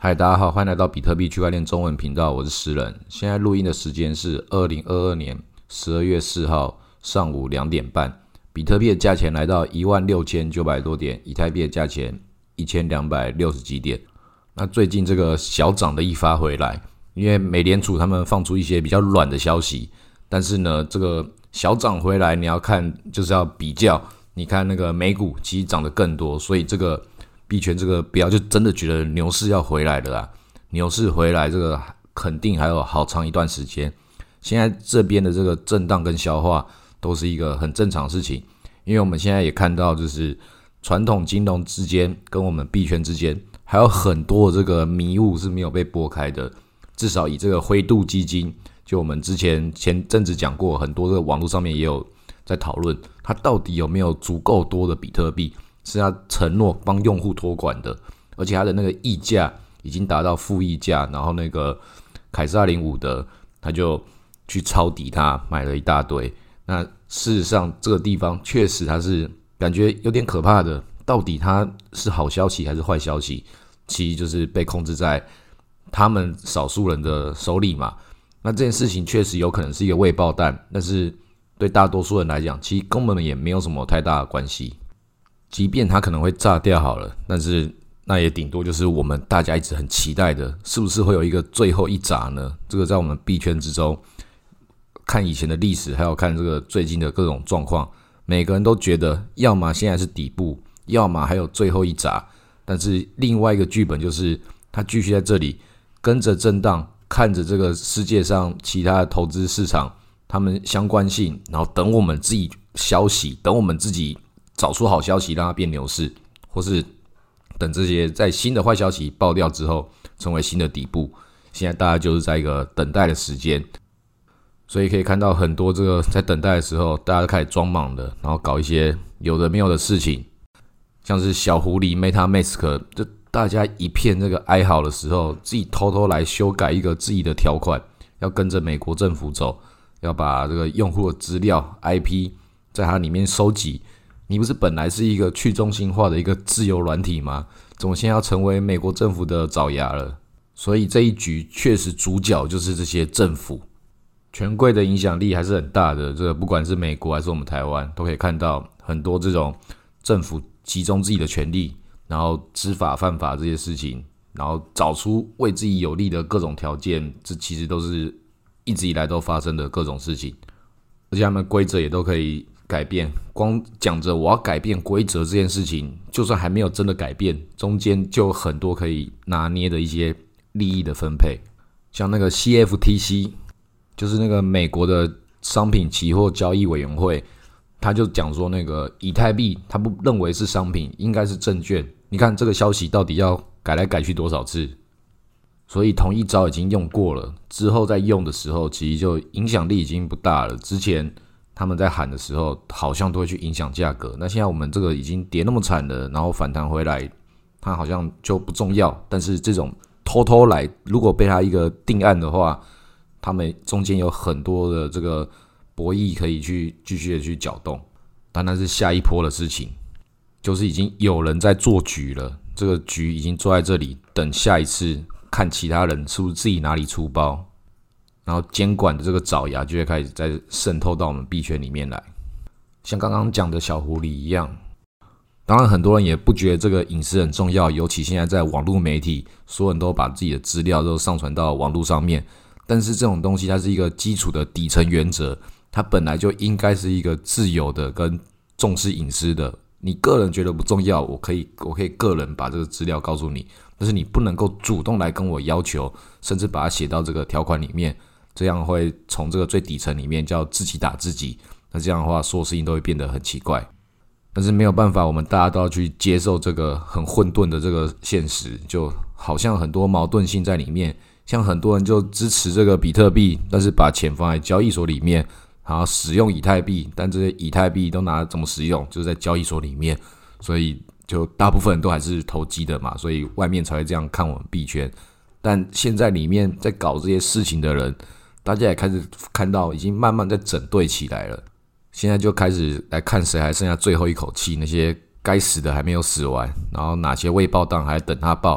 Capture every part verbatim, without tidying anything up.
嗨，大家好，欢迎来到比特币区块链中文频道，我是诗人。现在录音的时间是二零二二年十二月四号上午两点半，比特币的价钱来到一万六千九百多点，以太币的价钱一千两百六十几点。那最近这个小涨的一发回来，因为美联储他们放出一些比较软的消息，但是呢，这个小涨回来你要看就是要比较，你看那个美股其实涨得更多，所以这个币圈这个不要就真的觉得牛市要回来了啦，牛市回来这个肯定还有好长一段时间。现在这边的这个震荡跟消化都是一个很正常的事情，因为我们现在也看到就是传统金融之间跟我们币圈之间还有很多的这个迷雾是没有被拨开的。至少以这个灰度基金，就我们之前前阵子讲过，很多这个网络上面也有在讨论，它到底有没有足够多的比特币是他承诺帮用户托管的，而且他的那个溢价已经达到负溢价，然后那个凯撒林伍德他就去抄底他买了一大堆。那事实上这个地方确实他是感觉有点可怕的，到底他是好消息还是坏消息，其实就是被控制在他们少数人的手里嘛。那这件事情确实有可能是一个未爆弹，但是对大多数人来讲其实根本也没有什么太大的关系。即便它可能会炸掉好了，但是那也顶多就是我们大家一直很期待的，是不是会有一个最后一砸呢？这个在我们币圈之中，看以前的历史，还有看这个最近的各种状况，每个人都觉得，要么现在是底部，要么还有最后一砸。但是另外一个剧本就是，它继续在这里跟着震荡，看着这个世界上其他的投资市场，他们相关性，然后等我们自己消息，等我们自己找出好消息让它变牛市，或是等这些在新的坏消息爆掉之后成为新的底部。现在大家就是在一个等待的时间，所以可以看到很多这个在等待的时候大家都开始装忙的，然后搞一些有的没有的事情，像是小狐狸 MetaMask 就大家一片这个哀嚎的时候，自己偷偷来修改一个自己的条款，要跟着美国政府走，要把这个用户的资料 I P 在它里面收集。你不是本来是一个去中心化的一个自由软体吗？怎么现在要成为美国政府的爪牙了？所以这一局确实主角就是这些政府，权贵的影响力还是很大的。这个不管是美国还是我们台湾，都可以看到很多这种政府集中自己的权力，然后知法犯法这些事情，然后找出为自己有利的各种条件，这其实都是一直以来都发生的各种事情，而且他们规则也都可以改变。光讲着我要改变规则这件事情，就算还没有真的改变，中间就有很多可以拿捏的一些利益的分配。像那个 C F T C 就是那个美国的商品期货交易委员会，他就讲说那个以太币他不认为是商品，应该是证券。你看这个消息到底要改来改去多少次，所以同一招已经用过了，之后再用的时候其实就影响力已经不大了。之前他们在喊的时候好像都会去影响价格，那现在我们这个已经跌那么惨了，然后反弹回来它好像就不重要。但是这种偷偷来，如果被它一个定案的话，他们中间有很多的这个博弈可以去继续的去搅动。但那是下一波的事情，就是已经有人在做局了，这个局已经坐在这里等下一次看其他人是不是自己哪里出包，然后监管的这个爪牙就会开始在渗透到我们币圈里面来，像刚刚讲的小狐狸一样。当然很多人也不觉得这个隐私很重要，尤其现在在网络媒体，所有人都把自己的资料都上传到网络上面，但是这种东西它是一个基础的底层原则，它本来就应该是一个自由的跟重视隐私的。你个人觉得不重要，我可以我可以个人把这个资料告诉你，但是你不能够主动来跟我要求，甚至把它写到这个条款里面，这样会从这个最底层里面叫自己打自己。那这样的话所有事情都会变得很奇怪，但是没有办法，我们大家都要去接受这个很混沌的这个现实，就好像很多矛盾性在里面。像很多人就支持这个比特币，但是把钱放在交易所里面，然后使用以太币，但这些以太币都拿怎么使用，就是在交易所里面，所以就大部分人都还是投机的嘛，所以外面才会这样看我们币圈。但现在里面在搞这些事情的人，大家也开始看到已经慢慢在整队起来了。现在就开始来看谁还剩下最后一口气，那些该死的还没有死完，然后哪些未爆弹还等他爆，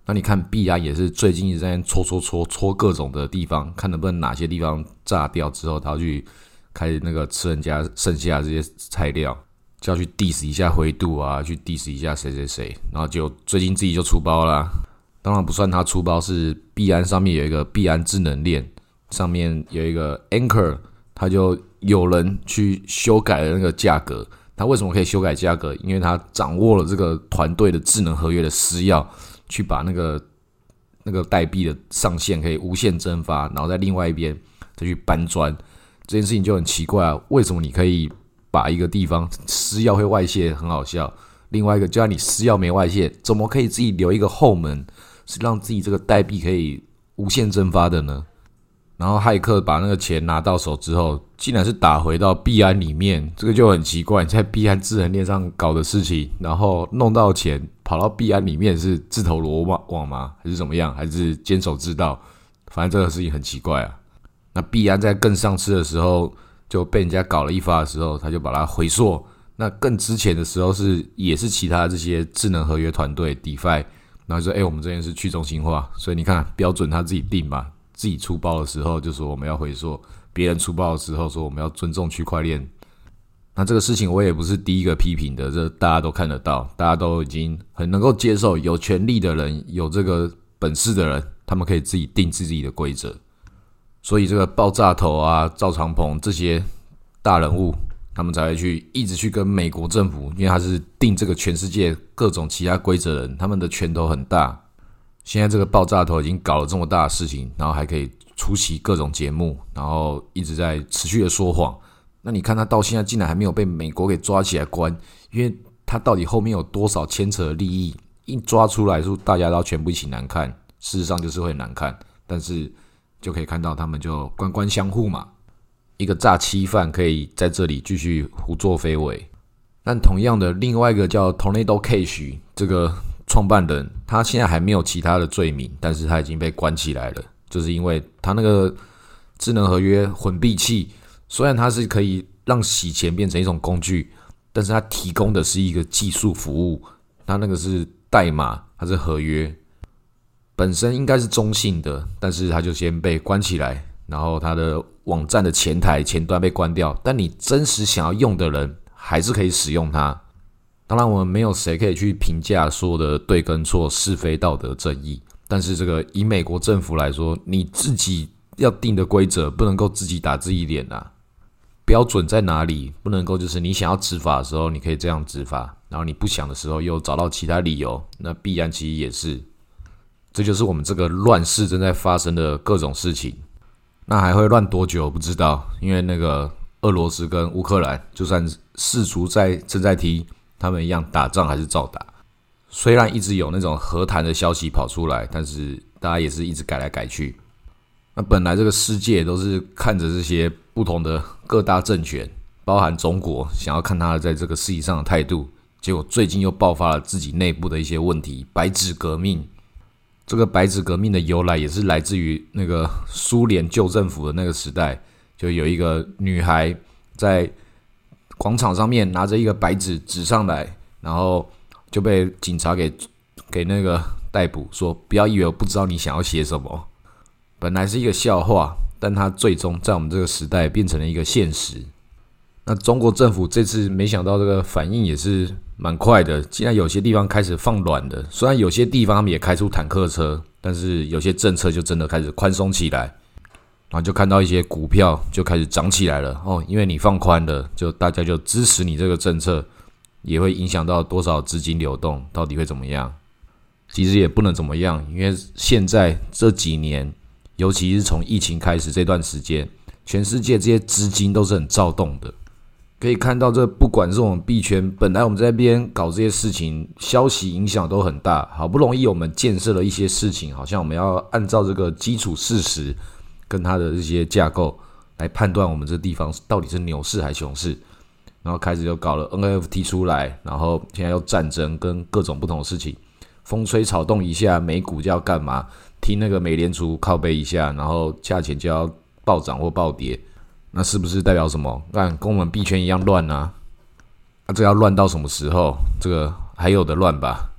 那你看币安也是最近一直在戳戳戳戳各种的地方，看能不能哪些地方炸掉之后，他要去开始那个吃人家剩下的这些材料，就要去 diss 一下灰度啊，去 diss 一下谁谁谁，然后就最近自己就出包啦。当然不算他出包，是币安上面有一个币安智能链，上面有一个 Anchor， 他就有人去修改了那个价格。他为什么可以修改价格？因为他掌握了这个团队的智能合约的私钥，去把那个那个代币的上限可以无限蒸发，然后在另外一边再去搬砖。这件事情就很奇怪啊，为什么你可以把一个地方私钥会外泄，很好笑。另外一个，就算你私钥没外泄，怎么可以自己留一个后门，是让自己这个代币可以无限蒸发的呢？然后骇客把那个钱拿到手之后，竟然是打回到币安里面，这个就很奇怪。你在币安智能链上搞的事情，然后弄到钱跑到币安里面，是自投罗网吗？还是怎么样？还是监守自盗？反正这个事情很奇怪啊。那币安在更上次的时候就被人家搞了一发的时候，他就把它回溯。那更之前的时候是也是其他这些智能合约团队 DeFi， 然后说哎、欸，我们这边是去中心化，所以你看标准他自己定嘛，自己出包的时候就说我们要回溯，别人出包的时候说我们要尊重区块链。那这个事情我也不是第一个批评的，这大家都看得到，大家都已经很能够接受，有权利的人，有这个本事的人，他们可以自己定自己的规则。所以这个爆炸头啊、赵长鹏这些大人物，他们才会去一直去跟美国政府，因为他是定这个全世界各种其他规则的人，他们的拳头很大。现在这个爆炸头已经搞了这么大的事情，然后还可以出席各种节目，然后一直在持续的说谎。那你看他到现在竟然还没有被美国给抓起来关，因为他到底后面有多少牵扯的利益，一抓出来是大家都全部一起难看，事实上就是会难看，但是就可以看到他们就官官相护嘛，一个诈欺犯可以在这里继续胡作非为。但同样的，另外一个叫 Tornado Cash 这个创办人，他现在还没有其他的罪名，但是他已经被关起来了，就是因为他那个智能合约混币器，虽然它是可以让洗钱变成一种工具，但是它提供的是一个技术服务，它那个是代码，它是合约，本身应该是中性的，但是它就先被关起来，然后它的网站的前台前端被关掉，但你真实想要用的人还是可以使用它。当然我们没有谁可以去评价说的对跟错、是非、道德、正义，但是这个以美国政府来说，你自己要定的规则不能够自己打自己脸啊，标准在哪里？不能够就是你想要执法的时候你可以这样执法，然后你不想的时候又找到其他理由，那必然其实也是，这就是我们这个乱世正在发生的各种事情。那还会乱多久不知道，因为那个俄罗斯跟乌克兰就算世足在正在踢，他们一样打仗还是照打。虽然一直有那种和谈的消息跑出来，但是大家也是一直改来改去。那本来这个世界都是看着这些不同的各大政权，包含中国，想要看他在这个事情上的态度，结果最近又爆发了自己内部的一些问题，白纸革命。这个白纸革命的由来也是来自于那个苏联旧政府的那个时代，就有一个女孩在广场上面拿着一个白纸指上来，然后就被警察给给那个逮捕，说不要以为我不知道你想要写什么。本来是一个笑话，但它最终在我们这个时代变成了一个现实。那中国政府这次没想到这个反应也是蛮快的，竟然有些地方开始放软的。虽然有些地方他们也开出坦克车，但是有些政策就真的开始宽松起来，然后就看到一些股票就开始涨起来了哦，因为你放宽了，就大家就支持你这个政策，也会影响到多少资金流动，到底会怎么样？其实也不能怎么样，因为现在这几年，尤其是从疫情开始这段时间，全世界这些资金都是很躁动的。可以看到，这不管是我们币圈，本来我们在那边搞这些事情，消息影响都很大。好不容易我们建设了一些事情，好像我们要按照这个基础事实跟它的这些架构来判断我们这地方到底是牛市还是熊市。然后开始又搞了 N F T 出来，然后现在又战争跟各种不同的事情，风吹草动一下，美股就要干嘛？听那个美联储靠背一下，然后价钱就要暴涨或暴跌。那是不是代表什么？看跟我们币圈一样乱啊！那、啊、这要乱到什么时候？这个还有的乱吧？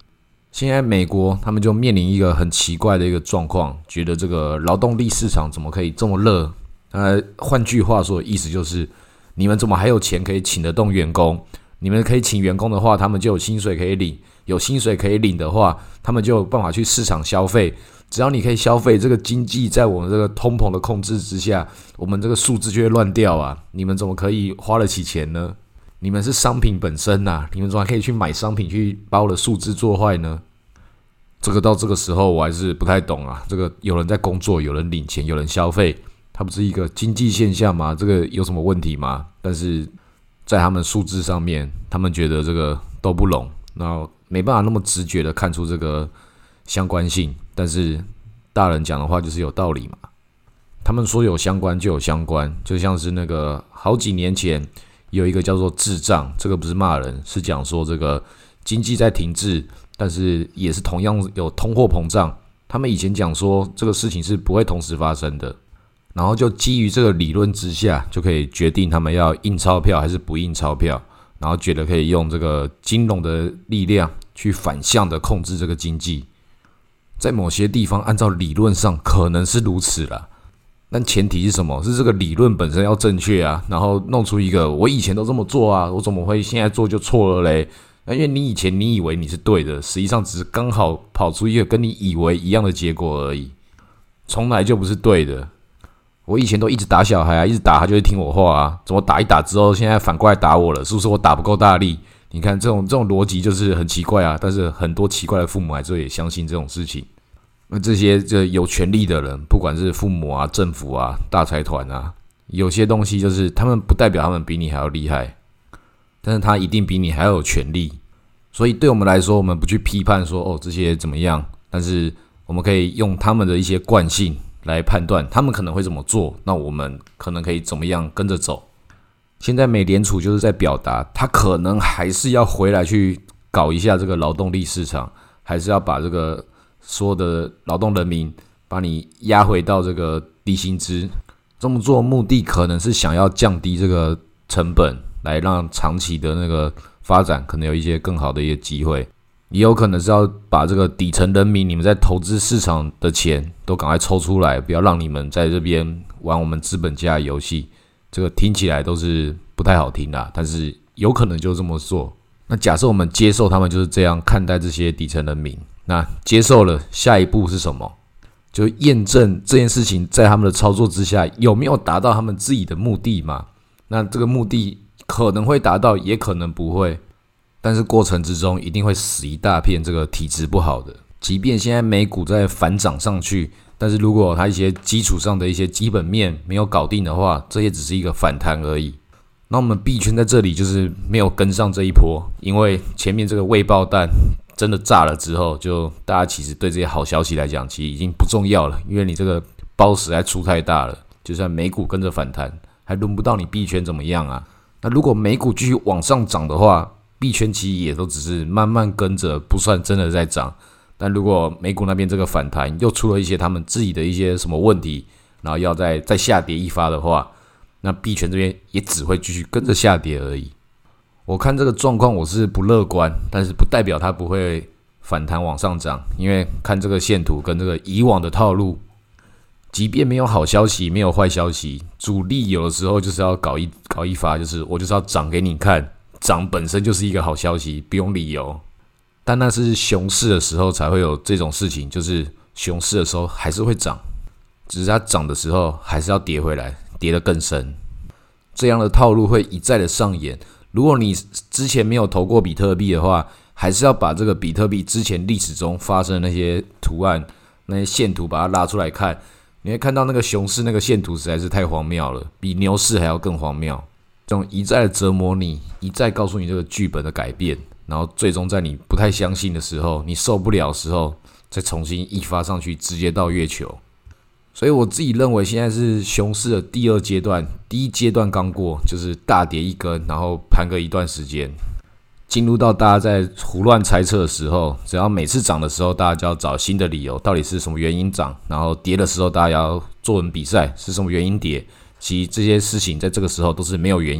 现在美国他们就面临一个很奇怪的一个状况，觉得这个劳动力市场怎么可以这么热？呃，换句话说，意思就是你们怎么还有钱可以请得动员工？你们可以请员工的话，他们就有薪水可以领，有薪水可以领的话，他们就有办法去市场消费。只要你可以消费，这个经济在我们这个通膨的控制之下，我们这个数字就会乱掉啊！你们怎么可以花得起钱呢？你们是商品本身啊，你们怎么还可以去买商品去把我的数字做坏呢？这个到这个时候我还是不太懂啊。这个有人在工作，有人领钱，有人消费，它不是一个经济现象吗？这个有什么问题吗？但是在他们数字上面，他们觉得这个都不拢，然后没办法那么直觉的看出这个相关性。但是大人讲的话就是有道理嘛，他们说有相关就有相关，就像是那个好几年前有一个叫做滞胀，这个不是骂人，是讲说这个经济在停滞，但是也是同样有通货膨胀。他们以前讲说这个事情是不会同时发生的，然后就基于这个理论之下，就可以决定他们要印钞票还是不印钞票，然后觉得可以用这个金融的力量去反向的控制这个经济。在某些地方按照理论上可能是如此啦，但前提是什么？是这个理论本身要正确啊，然后弄出一个我以前都这么做啊，我怎么会现在做就错了嘞？因为你以前你以为你是对的，实际上只是刚好跑出一个跟你以为一样的结果而已，从来就不是对的。我以前都一直打小孩啊，一直打他就会听我话啊，怎么打一打之后现在反过来打我了？是不是我打不够大力？你看这种这种逻辑就是很奇怪啊，但是很多奇怪的父母还是会相信这种事情。那这些这有权利的人，不管是父母啊、政府啊、大财团啊，有些东西就是他们不代表他们比你还要厉害，但是他一定比你还要有权利。所以对我们来说，我们不去批判说哦这些怎么样，但是我们可以用他们的一些惯性来判断他们可能会怎么做，那我们可能可以怎么样跟着走。现在美联储就是在表达，他可能还是要回来去搞一下这个劳动力市场，还是要把这个所有的劳动人民把你压回到这个低薪资。这么做的目的可能是想要降低这个成本，来让长期的那个发展可能有一些更好的一些机会。也有可能是要把这个底层人民你们在投资市场的钱都赶快抽出来，不要让你们在这边玩我们资本家的游戏。这个听起来都是不太好听啦，但是有可能就这么做。那假设我们接受他们就是这样看待这些底层人民，那接受了，下一步是什么？就验证这件事情在他们的操作之下有没有达到他们自己的目的嘛？那这个目的可能会达到，也可能不会，但是过程之中一定会死一大片这个体质不好的。即便现在美股在反涨上去，但是如果它一些基础上的一些基本面没有搞定的话，这也只是一个反弹而已。那我们币圈在这里就是没有跟上这一波，因为前面这个未爆弹真的炸了之后，就大家其实对这些好消息来讲其实已经不重要了，因为你这个包实在出太大了，就算美股跟着反弹还轮不到你币圈怎么样啊。那如果美股继续往上涨的话，币圈其实也都只是慢慢跟着，不算真的在涨。但如果美股那边这个反弹又出了一些他们自己的一些什么问题，然后要再再下跌一发的话，那币圈这边也只会继续跟着下跌而已。我看这个状况我是不乐观，但是不代表它不会反弹往上涨，因为看这个线图跟这个以往的套路，即便没有好消息没有坏消息，主力有的时候就是要搞一搞一发，就是我就是要涨给你看，涨本身就是一个好消息，不用理由。但那是熊市的时候才会有这种事情，就是熊市的时候还是会涨，只是它涨的时候还是要跌回来，跌得更深。这样的套路会一再的上演。如果你之前没有投过比特币的话，还是要把这个比特币之前历史中发生的那些图案、那些线图把它拉出来看，你会看到那个熊市那个线图实在是太荒谬了，比牛市还要更荒谬。这种一再的折磨你，一再告诉你这个剧本的改变，然后最终在你不太相信的时候，你受不了的时候，再重新一发上去，直接到月球。所以我自己认为现在是熊市的第二阶段，第一阶段刚过，就是大跌一根，然后盘个一段时间，进入到大家在胡乱猜测的时候，只要每次涨的时候，大家就要找新的理由，到底是什么原因涨，然后跌的时候，大家要作文比赛是什么原因跌。其实这些事情在这个时候都是没有原因，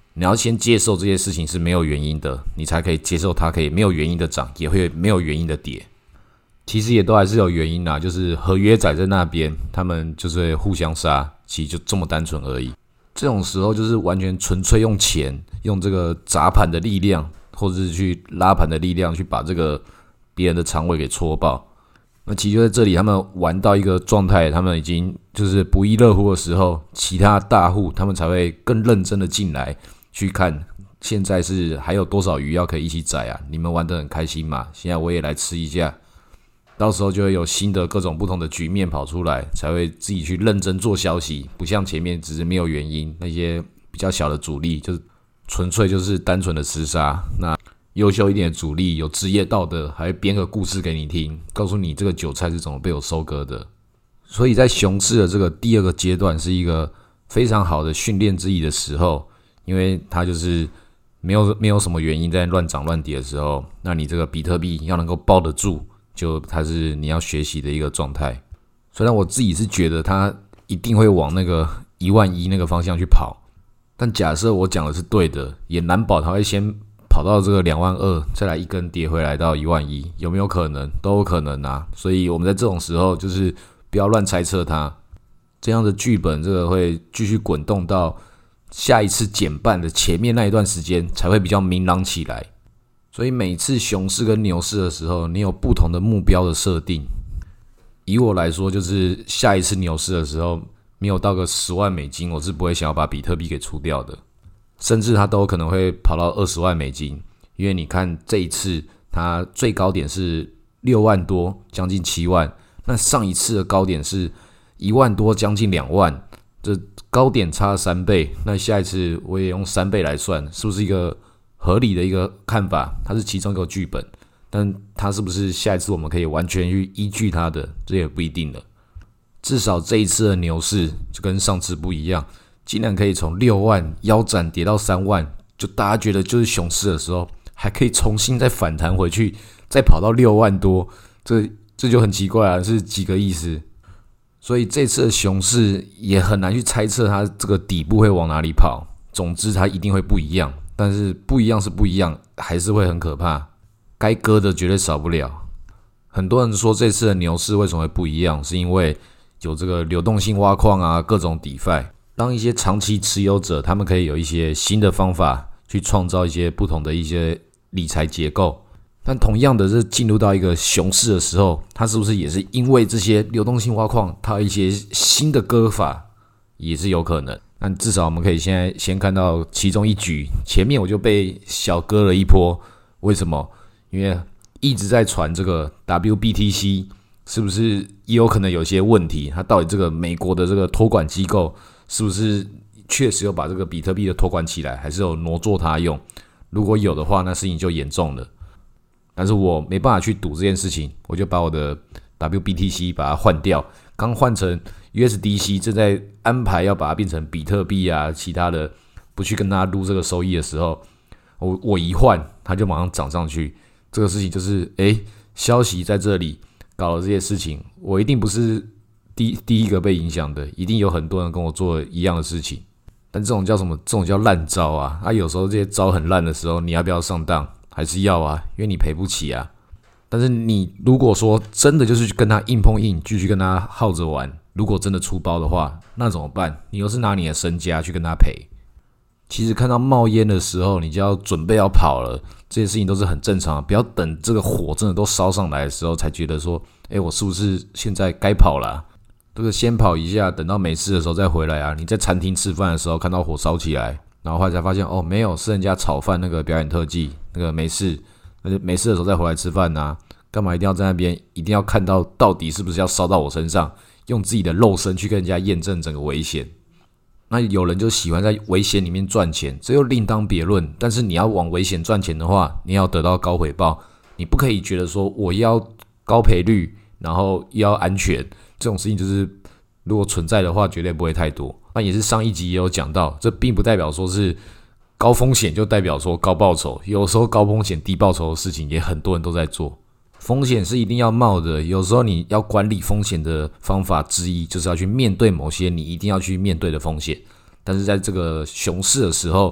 你要先接受这些事情是没有原因的，你才可以接受它可以没有原因的涨，也会没有原因的跌。其实也都还是有原因啦，就是合约仔在那边，他们就是会互相杀，其实就这么单纯而已。这种时候就是完全纯粹用钱，用这个砸盘的力量，或者是去拉盘的力量，去把这个别人的仓位给戳爆。那其实就在这里，他们玩到一个状态，他们已经就是不亦乐乎的时候，其他大户他们才会更认真的进来去看，现在是还有多少鱼要可以一起宰啊？你们玩得很开心嘛？现在我也来吃一下，到时候就会有新的各种不同的局面跑出来，才会自己去认真做消息，不像前面只是没有原因，那些比较小的主力就是纯粹就是单纯的厮杀。那优秀一点的主力有职业道德，还会编个故事给你听，告诉你这个韭菜是怎么被我收割的。所以在熊市的这个第二个阶段是一个非常好的训练自己的时候，因为它就是没有没有什么原因在乱涨乱跌的时候，那你这个比特币要能够抱得住，就它是你要学习的一个状态。虽然我自己是觉得它一定会往那个一万一那个方向去跑，但假设我讲的是对的，也难保它会先跑到这个两万二，再来一根跌回来到一万一，有没有可能？都有可能啊。所以我们在这种时候就是不要乱猜测它，这样的剧本这个会继续滚动到下一次减半的前面那一段时间才会比较明朗起来。所以每次熊市跟牛市的时候，你有不同的目标的设定。以我来说，就是下一次牛市的时候，没有到个十万美金，我是不会想要把比特币给出掉的。甚至它都可能会跑到二十万美金，因为你看这一次它最高点是六万多，将近七万，那上一次的高点是一万多，将近两万，这高点差了三倍，那下一次我也用三倍来算，是不是一个合理的一个看法？它是其中一个剧本，但它是不是下一次我们可以完全去依据它的，这也不一定了。至少这一次的牛市就跟上次不一样，竟然可以从六万腰斩跌到三万，就大家觉得就是熊市的时候，还可以重新再反弹回去，再跑到六万多，这这就很奇怪啊，是几个意思？所以这次的熊市也很难去猜测它这个底部会往哪里跑。总之它一定会不一样，但是不一样是不一样，还是会很可怕，该割的绝对少不了。很多人说这次的牛市为什么会不一样，是因为有这个流动性挖矿啊，各种 DeFi。让一些长期持有者，他们可以有一些新的方法去创造一些不同的一些理财结构。但同样的，是进入到一个熊市的时候，它是不是也是因为这些流动性挖矿，它有一些新的割法，也是有可能。但至少我们可以现在先看到其中一局，前面我就被小割了一波。为什么？因为一直在传这个 W B T C 是不是也有可能有些问题？它到底这个美国的这个托管机构是不是确实有把这个比特币的托管起来，还是有挪作他用？如果有的话，那事情就严重了。但是我没办法去赌这件事情，我就把我的 W B T C 把它换掉，刚换成 U S D C， 正在安排要把它变成比特币啊，其他的不去跟他撸这个收益的时候，我我一换，它就马上涨上去。这个事情就是，诶，消息在这里搞了这些事情，我一定不是第第一个被影响的，一定有很多人跟我做一样的事情。但这种叫什么？这种叫烂招啊！啊，有时候这些招很烂的时候，你要不要上当？还是要啊，因为你赔不起啊。但是你如果说真的就是跟他硬碰硬，继续跟他耗着玩，如果真的出包的话，那怎么办？你又是拿你的身家去跟他赔。其实看到冒烟的时候，你就要准备要跑了，这些事情都是很正常的。不要等这个火真的都烧上来的时候，才觉得说，诶，我是不是现在该跑了啊？这个先跑一下，等到没事的时候再回来啊。你在餐厅吃饭的时候看到火烧起来，然后后来才发现哦，没有，是人家炒饭那个表演特技，那个没事，那就没事的时候再回来吃饭啊。干嘛一定要在那边，一定要看到到底是不是要烧到我身上，用自己的肉身去跟人家验证整个危险。那有人就喜欢在危险里面赚钱，这又另当别论。但是你要往危险赚钱的话，你要得到高回报，你不可以觉得说我要高赔率，然后又要安全，这种事情就是如果存在的话，绝对不会太多。那也是上一集也有讲到，这并不代表说是高风险就代表说高报酬，有时候高风险低报酬的事情也很多人都在做。风险是一定要冒的，有时候你要管理风险的方法之一，就是要去面对某些你一定要去面对的风险。但是在这个熊市的时候，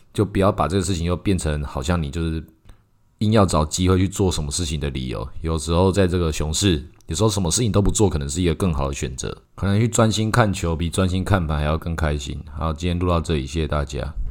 就不要把这个事情又变成好像你就是硬要找机会去做什么事情的理由。有时候在这个熊市，有时候什么事情都不做，可能是一个更好的选择。可能去专心看球，比专心看盘还要更开心。好，今天录到这里，谢谢大家。